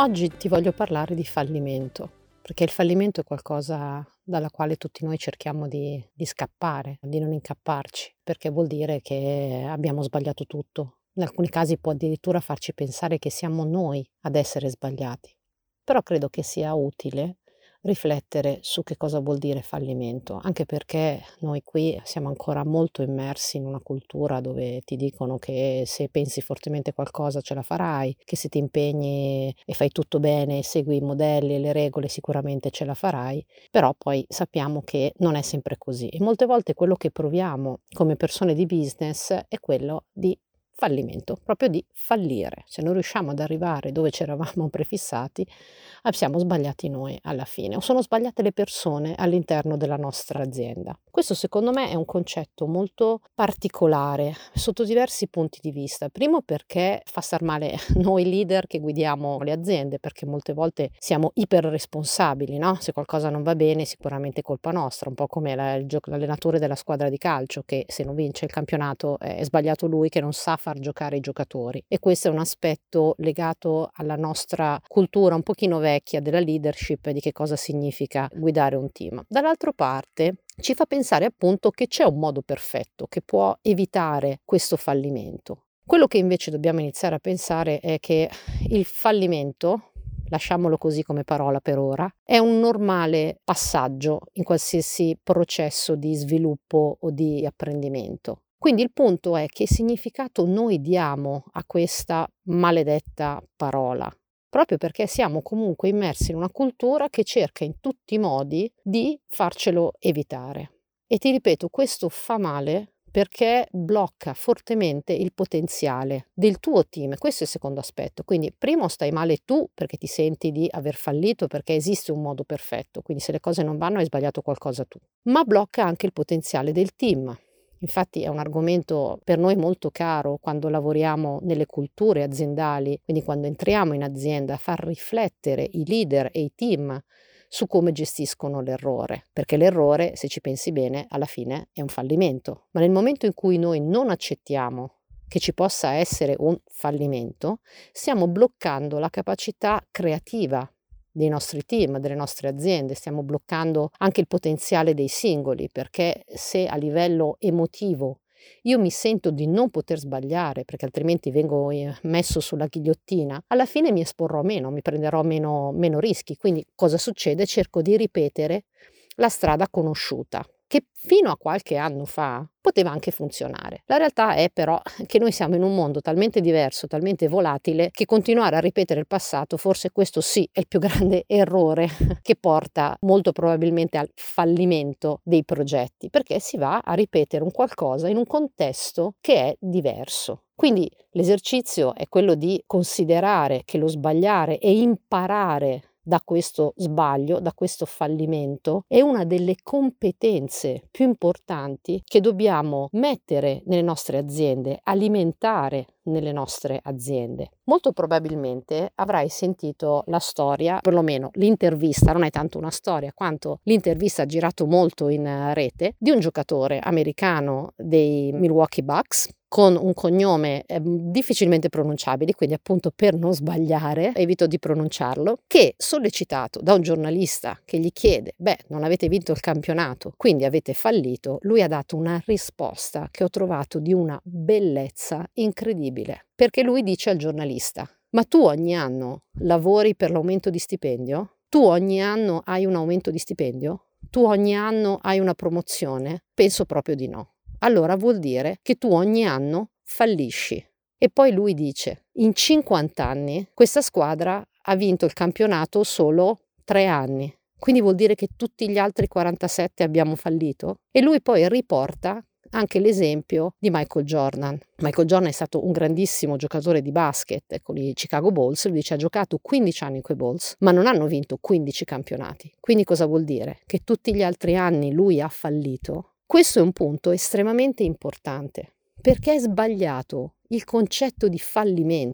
Oggi ti voglio parlare di fallimento, perché il fallimento è qualcosa dalla quale tutti noi cerchiamo di scappare, di non incapparci, perché vuol dire che abbiamo sbagliato tutto. In alcuni casi può addirittura farci pensare che siamo noi ad essere sbagliati. Però credo che sia utile riflettere su che cosa vuol dire fallimento, anche perché noi qui siamo ancora molto immersi in una cultura dove ti dicono che se pensi fortemente qualcosa ce la farai, che se ti impegni e fai tutto bene, segui i modelli e le regole sicuramente ce la farai, però poi sappiamo che non è sempre così e molte volte quello che proviamo come persone di business è quello di fallimento, proprio di fallire. Se non riusciamo ad arrivare dove c'eravamo prefissati, siamo sbagliati noi alla fine o sono sbagliate le persone all'interno della nostra azienda. Questo secondo me è un concetto molto particolare sotto diversi punti di vista. Primo perché fa star male noi leader che guidiamo le aziende, perché molte volte siamo iperresponsabili, no? Se qualcosa non va bene sicuramente è colpa nostra, un po' come l'allenatore della squadra di calcio che se non vince il campionato è sbagliato lui che non sa far giocare i giocatori, e questo è un aspetto legato alla nostra cultura un pochino vecchia della leadership e di che cosa significa guidare un team. Dall'altra parte ci fa pensare appunto che c'è un modo perfetto che può evitare questo fallimento. Quello che invece dobbiamo iniziare a pensare è che il fallimento, lasciamolo così come parola per ora, è un normale passaggio in qualsiasi processo di sviluppo o di apprendimento. Quindi il punto è che significato noi diamo a questa maledetta parola, proprio perché siamo comunque immersi in una cultura che cerca in tutti i modi di farcelo evitare. E ti ripeto, questo fa male perché blocca fortemente il potenziale del tuo team. Questo è il secondo aspetto. Quindi primo stai male tu perché ti senti di aver fallito, perché esiste un modo perfetto, quindi se le cose non vanno hai sbagliato qualcosa tu, ma blocca anche il potenziale del team. Infatti è un argomento per noi molto caro quando lavoriamo nelle culture aziendali, quindi quando entriamo in azienda a far riflettere i leader e i team su come gestiscono l'errore, perché l'errore, se ci pensi bene, alla fine è un fallimento. Ma nel momento in cui noi non accettiamo che ci possa essere un fallimento, stiamo bloccando la capacità creativa dei nostri team, delle nostre aziende, stiamo bloccando anche il potenziale dei singoli, perché se a livello emotivo io mi sento di non poter sbagliare, perché altrimenti vengo messo sulla ghigliottina, alla fine mi esporrò meno, mi prenderò meno rischi. Quindi cosa succede? Cerco di ripetere la strada conosciuta, che fino a qualche anno fa poteva anche funzionare. La realtà è però che noi siamo in un mondo talmente diverso, talmente volatile, che continuare a ripetere il passato, forse questo sì è il più grande errore che porta molto probabilmente al fallimento dei progetti, perché si va a ripetere un qualcosa in un contesto che è diverso. Quindi l'esercizio è quello di considerare che lo sbagliare e imparare da questo sbaglio, da questo fallimento, è una delle competenze più importanti che dobbiamo mettere nelle nostre aziende, alimentare nelle nostre aziende. Molto probabilmente avrai sentito la storia, perlomeno l'intervista, non è tanto una storia quanto l'intervista girato molto in rete, di un giocatore americano dei Milwaukee Bucks con un cognome difficilmente pronunciabile, quindi appunto per non sbagliare evito di pronunciarlo, che sollecitato da un giornalista che gli chiede: beh, non avete vinto il campionato, quindi avete fallito, lui ha dato una risposta che ho trovato di una bellezza incredibile, perché lui dice al giornalista: ma tu ogni anno lavori per l'aumento di stipendio? Tu ogni anno hai un aumento di stipendio? Tu ogni anno hai una promozione? Penso proprio di no. Allora vuol dire che tu ogni anno fallisci. E poi lui dice: in 50 anni questa squadra ha vinto il campionato solo 3 anni. Quindi vuol dire che tutti gli altri 47 abbiamo fallito? E lui poi riporta anche l'esempio di Michael Jordan. Michael Jordan è stato un grandissimo giocatore di basket con i Chicago Bulls, lui dice ha giocato 15 anni con i Bulls, ma non hanno vinto 15 campionati. Quindi cosa vuol dire? Che tutti gli altri anni lui ha fallito? Questo è un punto estremamente importante, perché è sbagliato il concetto di fallimento.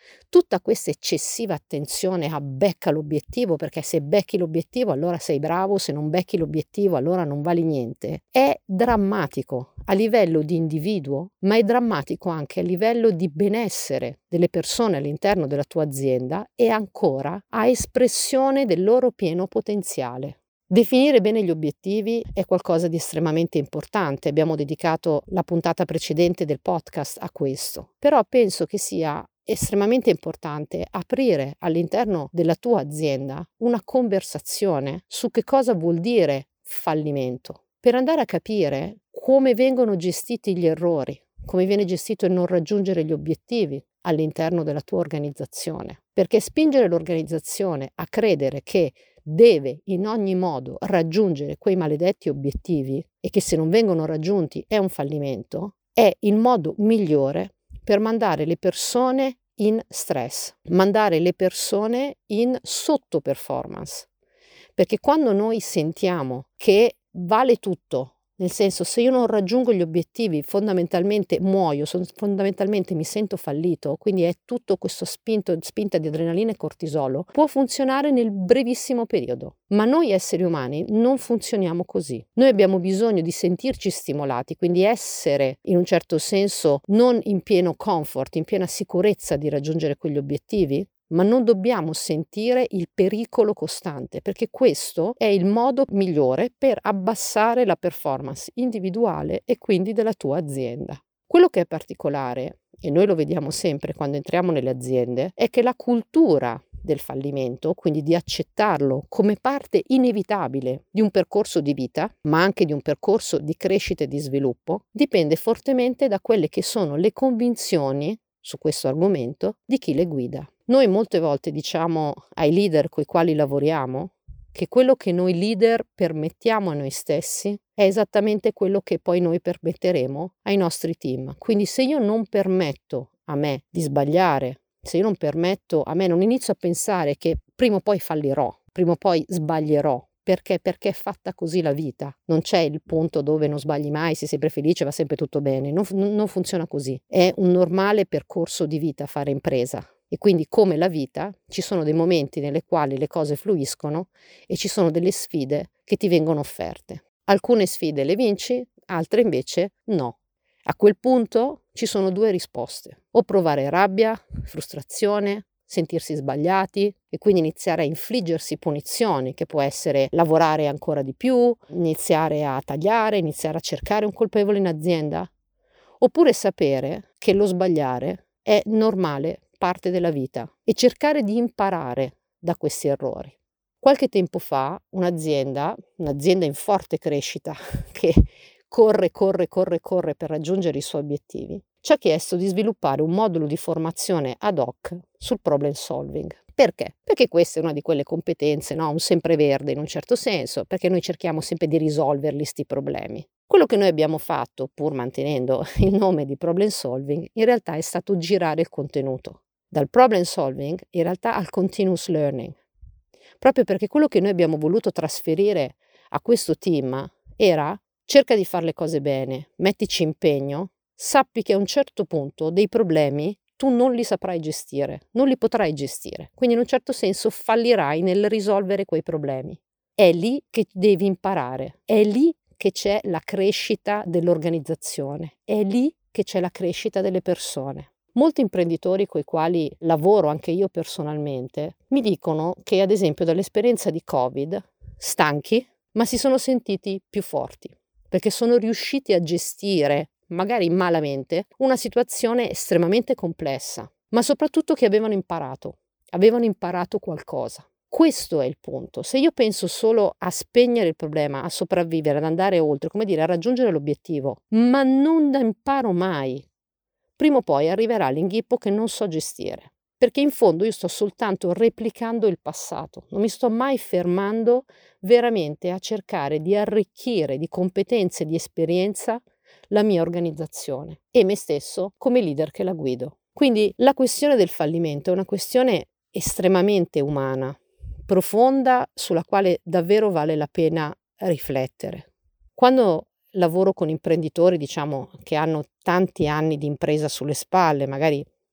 Tutta questa eccessiva attenzione a becca l'obiettivo, perché se becchi l'obiettivo allora sei bravo, se non becchi l'obiettivo allora non vali niente, è drammatico a livello di individuo, ma è drammatico anche a livello di benessere delle persone all'interno della tua azienda e ancora a espressione del loro pieno potenziale. Definire bene gli obiettivi è qualcosa di estremamente importante, abbiamo dedicato la puntata precedente del podcast a questo, però penso che sia estremamente importante aprire all'interno della tua azienda una conversazione su che cosa vuol dire fallimento, per andare a capire come vengono gestiti gli errori, come viene gestito il non raggiungere gli obiettivi all'interno della tua organizzazione, perché spingere l'organizzazione a credere che deve in ogni modo raggiungere quei maledetti obiettivi e che se non vengono raggiunti è un fallimento, è il modo migliore per mandare le persone in stress, mandare le persone in sotto performance. Perché quando noi sentiamo che vale tutto, nel senso se io non raggiungo gli obiettivi fondamentalmente muoio, fondamentalmente mi sento fallito, quindi è tutto questo spinta di adrenalina e cortisolo, può funzionare nel brevissimo periodo. Ma noi esseri umani non funzioniamo così. Noi abbiamo bisogno di sentirci stimolati, quindi essere in un certo senso non in pieno comfort, in piena sicurezza di raggiungere quegli obiettivi, ma non dobbiamo sentire il pericolo costante, perché questo è il modo migliore per abbassare la performance individuale e quindi della tua azienda. Quello che è particolare, e noi lo vediamo sempre quando entriamo nelle aziende, è che la cultura del fallimento, quindi di accettarlo come parte inevitabile di un percorso di vita, ma anche di un percorso di crescita e di sviluppo, dipende fortemente da quelle che sono le convinzioni su questo argomento di chi le guida. Noi molte volte diciamo ai leader con i quali lavoriamo che quello che noi leader permettiamo a noi stessi è esattamente quello che poi noi permetteremo ai nostri team. Quindi se io non permetto a me di sbagliare, se io non permetto a me, non inizio a pensare che prima o poi fallirò, prima o poi sbaglierò, perché? Perché è fatta così la vita. Non c'è il punto dove non sbagli mai, sei sempre felice, va sempre tutto bene. Non funziona così. È un normale percorso di vita fare impresa. E quindi come la vita ci sono dei momenti nelle quali le cose fluiscono e ci sono delle sfide che ti vengono offerte. Alcune sfide le vinci, altre invece no. A quel punto ci sono due risposte: o provare rabbia, frustrazione, sentirsi sbagliati e quindi iniziare a infliggersi punizioni, che può essere lavorare ancora di più, iniziare a tagliare, iniziare a cercare un colpevole in azienda, oppure sapere che lo sbagliare è normale, parte della vita e cercare di imparare da questi errori. Qualche tempo fa un'azienda in forte crescita che corre per raggiungere i suoi obiettivi, ci ha chiesto di sviluppare un modulo di formazione ad hoc sul problem solving. Perché? Perché questa è una di quelle competenze, no? Un sempreverde in un certo senso, perché noi cerchiamo sempre di risolverli sti problemi. Quello che noi abbiamo fatto, pur mantenendo il nome di problem solving, in realtà è stato girare il contenuto. Dal problem solving in realtà al continuous learning. Proprio perché quello che noi abbiamo voluto trasferire a questo team era: cerca di fare le cose bene, mettici impegno, sappi che a un certo punto dei problemi tu non li saprai gestire, non li potrai gestire, quindi in un certo senso fallirai nel risolvere quei problemi. È lì che devi imparare, è lì che c'è la crescita dell'organizzazione, è lì che c'è la crescita delle persone. Molti imprenditori coi quali lavoro anche io personalmente mi dicono che ad esempio dall'esperienza di Covid, stanchi, ma si sono sentiti più forti, perché sono riusciti a gestire, magari malamente, una situazione estremamente complessa, ma soprattutto che avevano imparato qualcosa. Questo è il punto. Se io penso solo a spegnere il problema, a sopravvivere, ad andare oltre, come dire, a raggiungere l'obiettivo, ma non imparo mai, prima o poi arriverà l'inghippo che non so gestire, perché in fondo io sto soltanto replicando il passato, non mi sto mai fermando veramente a cercare di arricchire di competenze e di esperienza la mia organizzazione e me stesso come leader che la guido. Quindi la questione del fallimento è una questione estremamente umana, profonda, sulla quale davvero vale la pena riflettere. Quando lavoro con imprenditori, diciamo, che hanno tanti anni di impresa sulle spalle, magari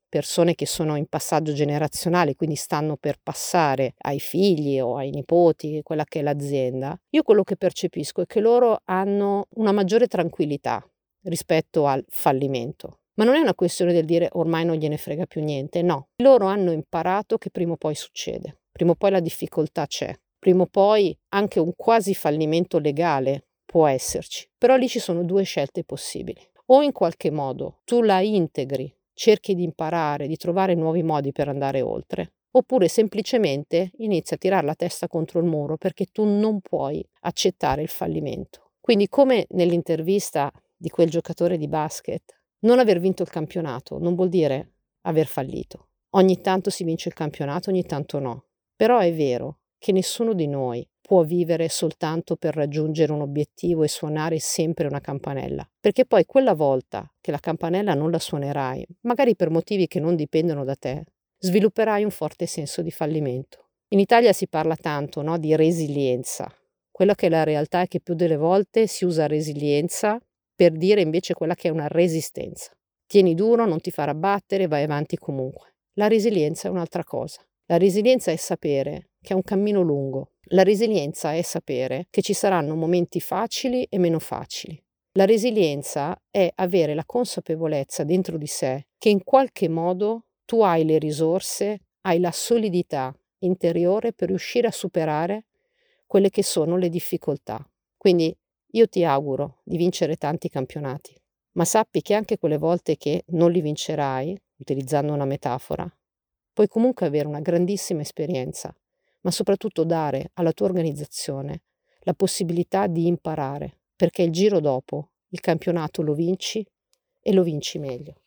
persone che sono in passaggio generazionale, quindi stanno per passare ai figli o ai nipoti quella che è l'azienda, io quello che percepisco è che loro hanno una maggiore tranquillità rispetto al fallimento. Ma non è una questione del dire ormai non gliene frega più niente, no. Loro hanno imparato che prima o poi succede, prima o poi la difficoltà c'è, prima o poi anche un quasi fallimento legale può esserci. Però lì ci sono due scelte possibili. O in qualche modo tu la integri, cerchi di imparare, di trovare nuovi modi per andare oltre, oppure semplicemente inizi a tirare la testa contro il muro perché tu non puoi accettare il fallimento. Quindi come nell'intervista di quel giocatore di basket, non aver vinto il campionato non vuol dire aver fallito. Ogni tanto si vince il campionato, ogni tanto no. Però è vero che nessuno di noi può vivere soltanto per raggiungere un obiettivo e suonare sempre una campanella, perché poi quella volta che la campanella non la suonerai, magari per motivi che non dipendono da te, svilupperai un forte senso di fallimento. In Italia si parla tanto, no, di resilienza. Quella che è la realtà è che più delle volte si usa resilienza per dire invece quella che è una resistenza. Tieni duro, non ti far abbattere, vai avanti comunque. La resilienza è un'altra cosa. La resilienza è sapere che è un cammino lungo. La resilienza è sapere che ci saranno momenti facili e meno facili. La resilienza è avere la consapevolezza dentro di sé che in qualche modo tu hai le risorse, hai la solidità interiore per riuscire a superare quelle che sono le difficoltà. Quindi io ti auguro di vincere tanti campionati, ma sappi che anche quelle volte che non li vincerai, utilizzando una metafora, puoi comunque avere una grandissima esperienza, ma soprattutto dare alla tua organizzazione la possibilità di imparare, perché il giro dopo, il campionato lo vinci e lo vinci meglio.